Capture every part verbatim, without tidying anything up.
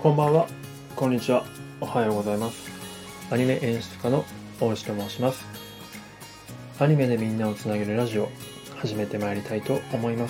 こんばんは、こんにちは、おはようございます。アニメ演出家の大石と申します。アニメでみんなをつなげるラジオ、始めてまいりたいと思います。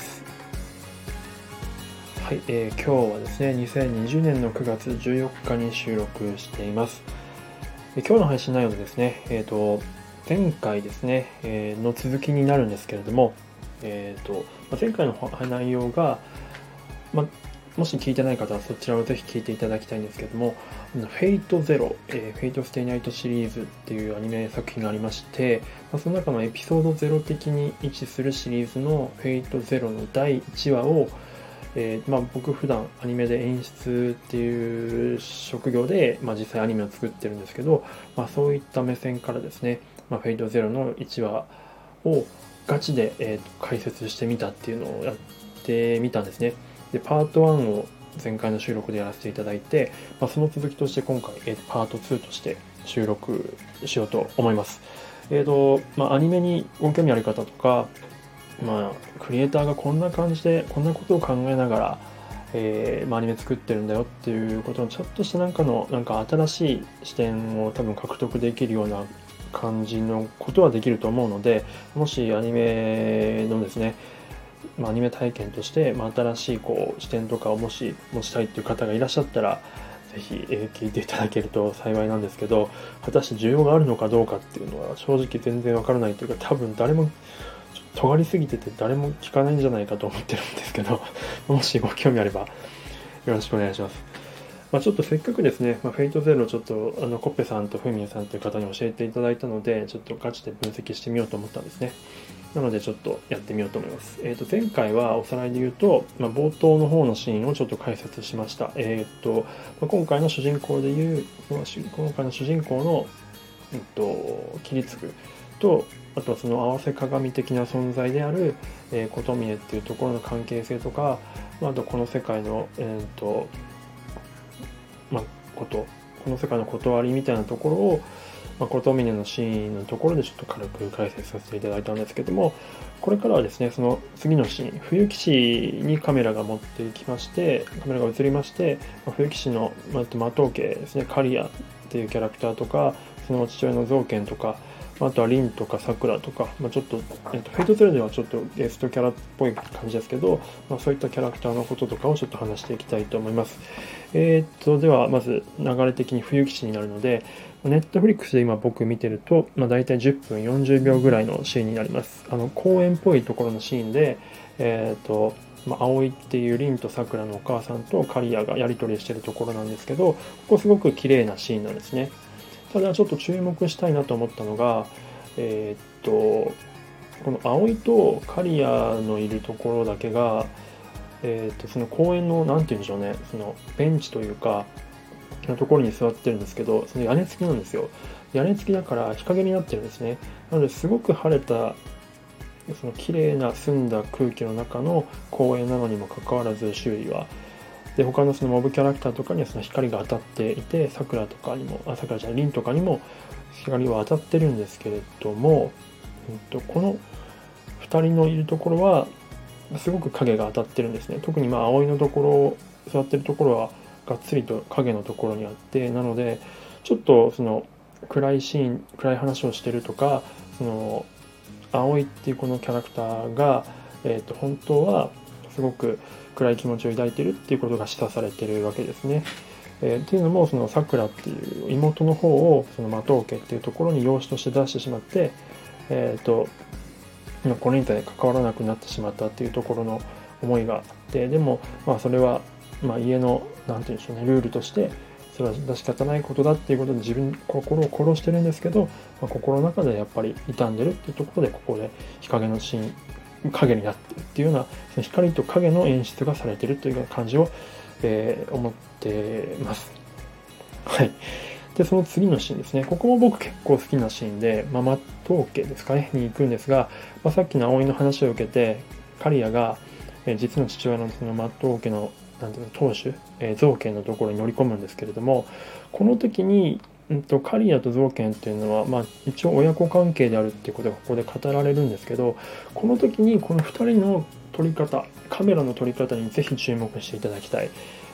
はい、えー、今日はですね、にせんにじゅうねんのくがつじゅうよっかに収録しています。えー、今日の配信内容でですね、えーと、前回ですね、えー、の続きになるんですけれども、えーと、前回の内容が、まもし聞いてない方はそちらをぜひ聞いていただきたいんですけども、フェイトゼロ、えー、フェイトステイナイトシリーズっていうアニメ作品がありまして、まあ、その中のエピソードゼロ的に位置するシリーズのフェイトゼロのだいいちわを、えーまあ、僕普段アニメで演出っていう職業で、まあ、実際アニメを作ってるんですけど、まあ、そういった目線からですね、まあ、フェイトゼロのいちわをガチで、えー、解説してみたっていうのをやってみたんですね。でパートワンを前回の収録でやらせていただいて、まあ、その続きとして今回、えー、パートツーとして収録しようと思います。えーとまあ、アニメにご興味ある方とか、まあ、クリエイターがこんな感じでこんなことを考えながら、えーまあ、アニメ作ってるんだよっていうことのちょっとしたなんかのなんか新しい視点を多分獲得できるような感じのことはできると思うので、もしアニメのですねまあ、アニメ体験として、まあ、新しいこう視点とかをもし持ちたいという方がいらっしゃったらぜひ、えー、聞いていただけると幸いなんですけど、果たして需要があるのかどうかっていうのは正直全然わからないというか、多分誰も尖りすぎてて誰も聞かないんじゃないかと思ってるんですけどもしご興味あればよろしくお願いします。まあ、ちょっとせっかくですね、まあ、フェイトゼロちょっとあのコッペさんとフミヤさんという方に教えていただいたので、ちょっとガチで分析してみようと思ったんですね。なのでちょっとやってみようと思います。えー、と前回はおさらいで言うと、まあ、冒頭の方のシーンをちょっと解説しました。えーとまあ、今回の主人公でいう、今回の主人公の、えっと、切りつくと、あとはその合わせ鏡的な存在である、えー、琴峰っていうところの関係性とか、まあ、あとこの世界の、えーとまあ、ことこの世界の断りみたいなところを、まあ、琴峰のシーンのところでちょっと軽く解説させていただいたんですけども、これからはですね、その次のシーン、冬騎士にカメラが持っていきまして、カメラが映りまして、まあ、冬騎士の、まあ、マトウケですね、カリアっていうキャラクターとか、その父親のゾウケンとか、あとはリンとかサクラとか、まあ、ちょっと、えっと、フェイトゼロではちょっとゲストキャラっぽい感じですけど、まあ、そういったキャラクターのこととかをちょっと話していきたいと思います。えー、っと、ではまず流れ的に冬騎士になるので、ネットフリックスで今僕見てると、まあ、大体じゅっぷんよんじゅうびょうぐらいのシーンになります。あの公園っぽいところのシーンで、えー、っと、まあ、葵っていうリンとサクラのお母さんとカリアがやり取りしてるところなんですけど、ここすごく綺麗なシーンなんですね。ただちょっと注目したいなと思ったのが、えー、っとこの葵とカリアのいるところだけが、えー、っとその公園のなんて言うんでしょうね、そのベンチというかのところに座ってるんですけど、その屋根付きなんですよ。屋根付きだから日陰になってるんですね。なのですごく晴れたその綺麗な澄んだ空気の中の公園なのにもかかわらず、周囲はで他のそのモブキャラクターとかにはその光が当たっていて、サクラとかにもあサクラじゃないリンとかにも光は当たってるんですけれども、うんと、このふたりのいるところはすごく影が当たってるんですね。特にまあ葵のところ座ってるところはがっつりと影のところにあって、なのでちょっとその暗いシーン暗い話をしてるとか、その葵っていうこのキャラクターが、えー、と本当はすごく暗い気持ちを抱いているっていうことが示唆されているわけですね。えー、っていうのもそのさくらっていう妹の方をそのマトウケっていうところに養子として出してしまって、えっ、ー、とこれに対関わらなくなってしまったっていうところの思いがあって、でもまあそれはまあ家のなんていうんでしょうね、ルールとしてそれは出し方ないことだっていうことで自分心を殺してるんですけど、まあ、心の中でやっぱり傷んでるっていうところでここで日陰のシーン影になってるっていうようなその光と影の演出がされてるというような感じを、えー、思ってます。はい。で、その次のシーンですね。ここも僕結構好きなシーンで、まあ、マットウ家ですかね、に行くんですが、まあ、さっきの葵の話を受けて、カリアが、えー、実の父親のそのマットウ家のなんていうの当主、えー、造剣のところに乗り込むんですけれども、この時に、うんと、カリアと造剣っていうのは、まあ、一応親子関係であるっていうことがここで語られるんですけど、この時にこのふたりの撮り方、カメラの撮り方にぜひ注目していただきたい。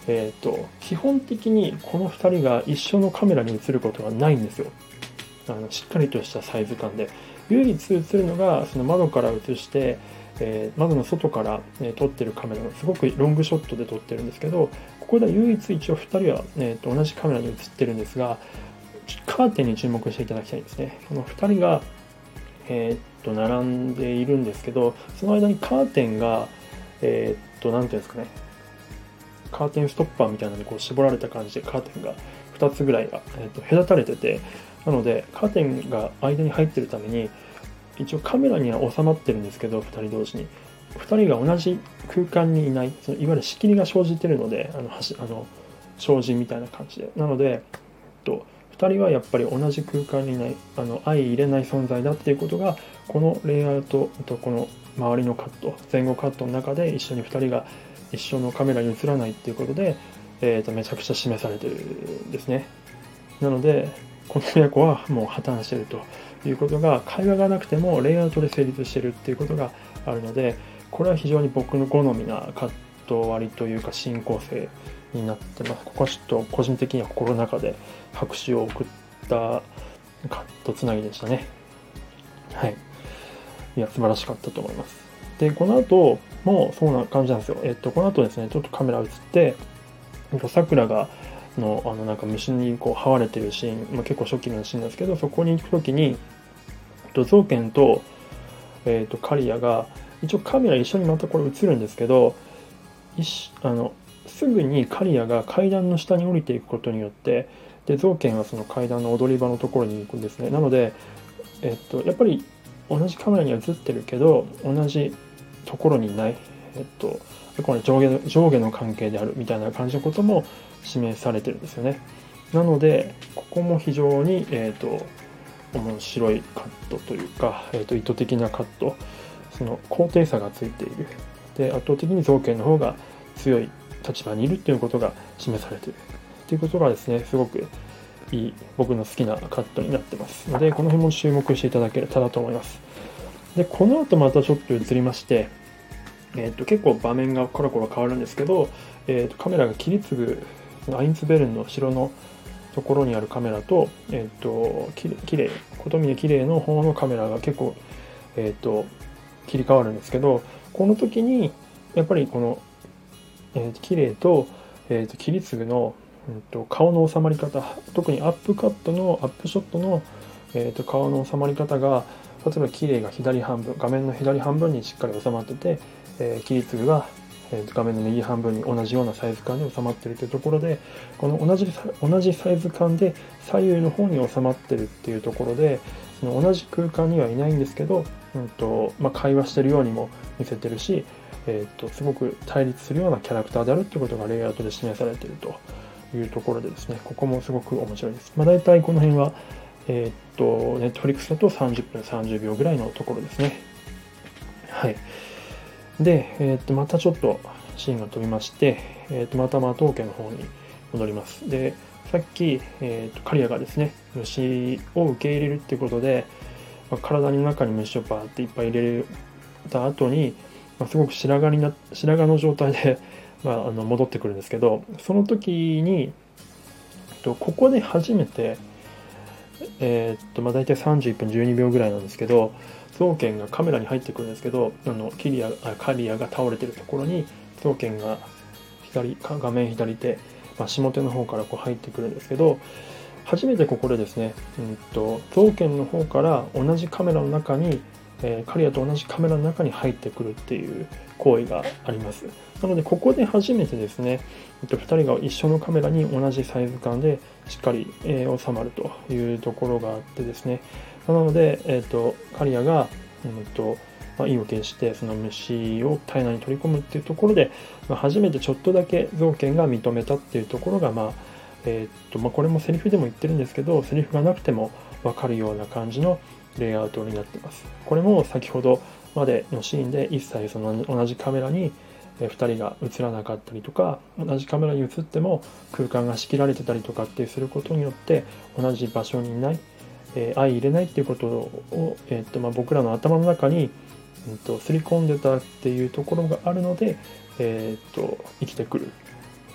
えー、と基本的にこのふたりが一緒のカメラに映ることはないんですよ。あのしっかりとしたサイズ感で、唯一映るのがその窓から映して、えー、窓の外から、ね、撮ってるカメラのすごくロングショットで撮ってるんですけど、ここでは唯一一応ふたりは、えー、と同じカメラに映ってるんですが、カーテンに注目していただきたいんですね。このふたりが、えー、っと並んでいるんですけど、その間にカーテンが、えー、っとなんていうんですかね、カーテンストッパーみたいなのにこう絞られた感じでカーテンがふたつぐらいが、えー、と隔たれてて、なのでカーテンが間に入ってるために一応カメラには収まってるんですけど、ふたり同時にふたりが同じ空間にいない、そのいわゆる仕切りが生じてるので、あのあの障子みたいな感じで、なので、えっと、ふたりはやっぱり同じ空間にいない、あの相入れない存在だっていうことがこのレイアウトとこの周りのカット、前後カットの中で一緒にふたりが一緒のカメラに映らないっていうことで、えー、とめちゃくちゃ示されてるんですね。なのでこの親子はもう破綻してるということが、会話がなくてもレイアウトで成立してるっていうことがあるので、これは非常に僕の好みなカット割りというか進行性になってます。ここはちょっと個人的には心の中で拍手を送ったカットつなぎでしたね。はい。いや、素晴らしかったと思います。で、この後もそうな感じなんですよ。えっと、この後ですね、ちょっとカメラ映って、さくらがの、あの、なんか虫にこう這われてるシーン、まあ、結構初期のシーンなんですけど、そこに行くときに、ゾウケンと、えっと、カリアが、一応カメラ一緒にまたこれ映るんですけど、あのすぐにカリアが階段の下に降りていくことによって、でゾウケンはその階段の踊り場のところに行くんですね。なので、えっと、やっぱり同じカメラには映ってるけど同じところにいない、えっと、これ上下の上下の関係であるみたいな感じのことも示されてるんですよね。なのでここも非常に、えっと、面白いカットというか、えっと、意図的なカット、その高低差がついている。で圧倒的に造形の方が強い立場にいるっていうことが示されているっていうことがですね、すごくいい、僕の好きなカットになってますので、この辺も注目していただけたらと思います。でこの後またちょっと移りまして、えー、と結構場面がコロコロ変わるんですけど、えー、とカメラが切り継ぐアインツベルンの城のところにあるカメラと、えー、とききれい琴峰きれいの方のカメラが結構、えー、と切り替わるんですけど、この時にやっぱりこの、えー、綺麗と、えー、と切り継ぐの、うん、と顔の収まり方、特にアップカットのアップショットの、えー、と顔の収まり方が、例えば綺麗が左半分、画面の左半分にしっかり収まってて、えー、切り継ぐが、えー、と画面の右半分に同じようなサイズ感で収まっているというところで、この同じ同じサイズ感で左右の方に収まってるっていうところで、その同じ空間にはいないんですけど、うんとまあ、会話してるようにも見せてるし、えー、とすごく対立するようなキャラクターであるということがレイアウトで示されているというところでですね、ここもすごく面白いです。まあ、大体この辺は、えー、と Netflix だとさんじゅっぷんさんじゅうびょうぐらいのところですね。はい。で、えー、とまたちょっとシーンが飛びまして、えー、とまたマトウ家の方に戻ります。で、さっき、えー、とカリアがですね、虫を受け入れるっていうことで、まあ、体の中に虫をバーっていっぱい入れた後に、まあ、すごく白髪にな白髪の状態で、まあ、あの戻ってくるんですけど、その時にここで初めて、えーっとまあ、大体さんじゅういっぷんじゅうにびょうぐらいなんですけど、ゾウケンがカメラに入ってくるんですけど、あのキリアあカリアが倒れてるところにゾウケンが左画面左手、まあ、下手の方からこう入ってくるんですけど、初めてここでですね、うんとゾウケンの方から同じカメラの中に、えー、カリアと同じカメラの中に入ってくるっていう行為があります。なのでここで初めてですね、ふたりが一緒のカメラに同じサイズ感でしっかり、えー、収まるというところがあってですね、なので、えー、とカリアが、うんとまあ、意を決してその虫を体内に取り込むっていうところで、まあ、初めてちょっとだけゾウケンが認めたっていうところが、まあえーとまあ、これもセリフでも言ってるんですけど、セリフがなくても分かるような感じのレイアウトになっています。これも先ほどまでのシーンで一切その同じカメラにふたりが映らなかったりとか、同じカメラに映っても空間が仕切られてたりとかってすることによって同じ場所にいない、えー、相入れないっていうことを、えーとまあ、僕らの頭の中に、うん、と刷り込んでたっていうところがあるので、えー、と生きてくる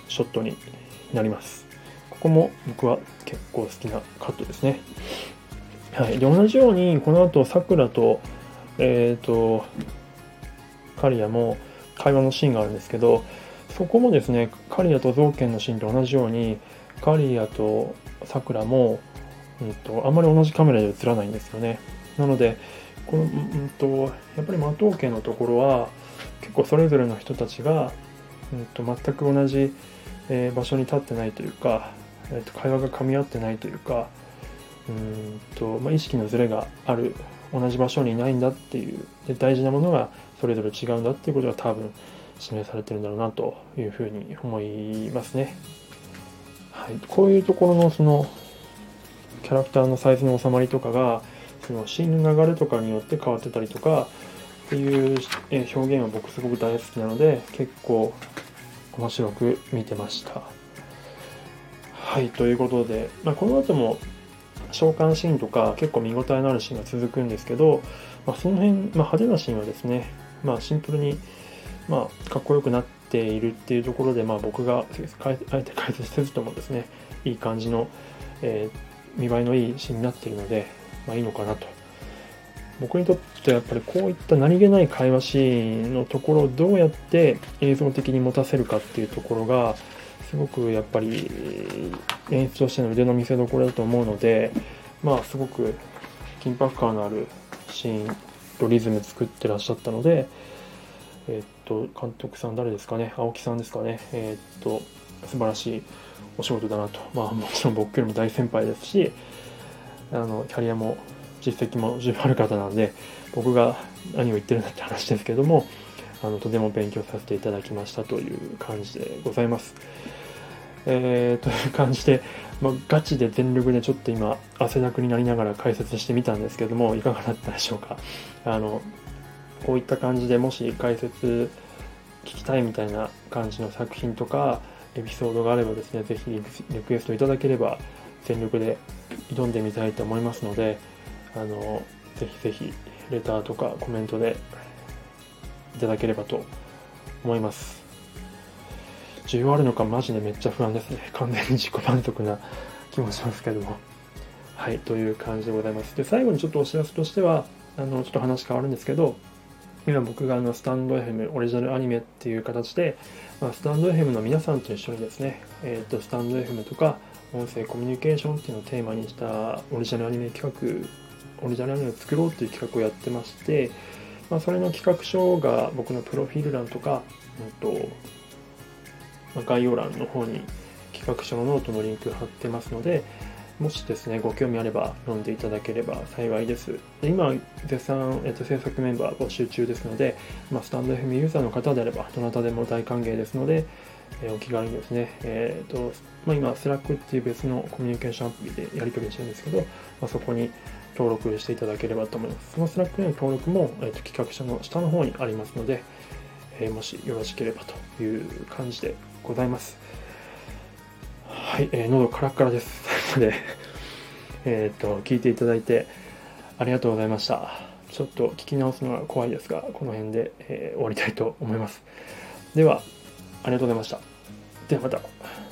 ショットになります。ここも僕は結構好きなカットですね。はい、で同じようにこの後さくらとえっ、ー、と刈谷も会話のシーンがあるんですけど、そこもですね刈谷と造剣のシーンと同じように刈谷とさくらも、うんと、あんまり同じカメラで映らないんですよね。なのでこの、うんと、やっぱり馬頭家のところは結構それぞれの人たちが、うんと、全く同じ、えー、場所に立ってないというか、えーと、会話が噛み合ってないというか、うんと、まあ、意識のズレがある、同じ場所にいないんだっていう、で大事なものがそれぞれ違うんだっていうことが多分示されてるんだろうなというふうに思いますね。はい、こういうところのそのキャラクターのサイズの収まりとかがそのシーンの流れとかによって変わってたりとかっていう表現は僕すごく大好きなので結構面白く見てました。はい、ということで、まあ、この後も召喚シーンとか結構見応えのあるシーンが続くんですけど、まあ、その辺、まあ、派手なシーンはですね、まあ、シンプルに、まあ、かっこよくなっているっていうところで、まあ、僕があえて解説せずともですねいい感じの、えー、見栄えのいいシーンになっているので、まあ、いいのかなと。僕にとってはやっぱりこういった何気ない会話シーンのところをどうやって映像的に持たせるかっていうところがすごくやっぱり演出としての腕の見せ所だと思うので、まあすごく緊迫感のあるシーンとリズム作ってらっしゃったので、えー、っと監督さん誰ですかね、青木さんですかね、えー、っと素晴らしいお仕事だなと。まあもちろん僕よりも大先輩ですし、あのキャリアも実績も十分ある方なので僕が何を言ってるんだって話ですけれども、あのとても勉強させていただきましたという感じでございます。えー、という感じで、まあ、ガチで全力でちょっと今汗だくになりながら解説してみたんですけどもいかがだったでしょうか。あのこういった感じでもし解説聞きたいみたいな感じの作品とかエピソードがあればですね、ぜひリクエストいただければ全力で挑んでみたいと思いますので、あのぜひぜひレターとかコメントでいただければと思います。需要あるのかマジでめっちゃ不安ですね。完全に自己満足な気もしますけども、はいという感じでございます。で最後にちょっとお知らせとしては、あのちょっと話変わるんですけど、今僕があのスタンド エフエム オリジナルアニメっていう形で、まあ、スタンド エフエム の皆さんと一緒にですね、えー、とスタンド エフエム とか音声コミュニケーションっていうのをテーマにしたオリジナルアニメ企画オリジナルアニメを作ろうという企画をやってまして、まあ、それの企画書が僕のプロフィール欄とか、うんとまあ、概要欄の方に企画書のノートのリンク貼ってますので、もしですねご興味あれば読んでいただければ幸いです。で今絶賛、えっと、制作メンバー募集中ですので、まあ、スタンド エフエム ユーザーの方であればどなたでも大歓迎ですので、えー、お気軽にですね、えーとまあ、今 Slack っていう別のコミュニケーションアプリでやり取りしてるんですけど、まあ、そこに登録していただければと思います。その Slack への登録も、えーと企画書の下の方にありますので、えー、もしよろしければという感じでございます。はい、えー、喉カラッカラです。で、えっと、聞いていただいてありがとうございました。ちょっと聞き直すのが怖いですが、この辺で、えー、終わりたいと思います。では、ありがとうございました。ではまた。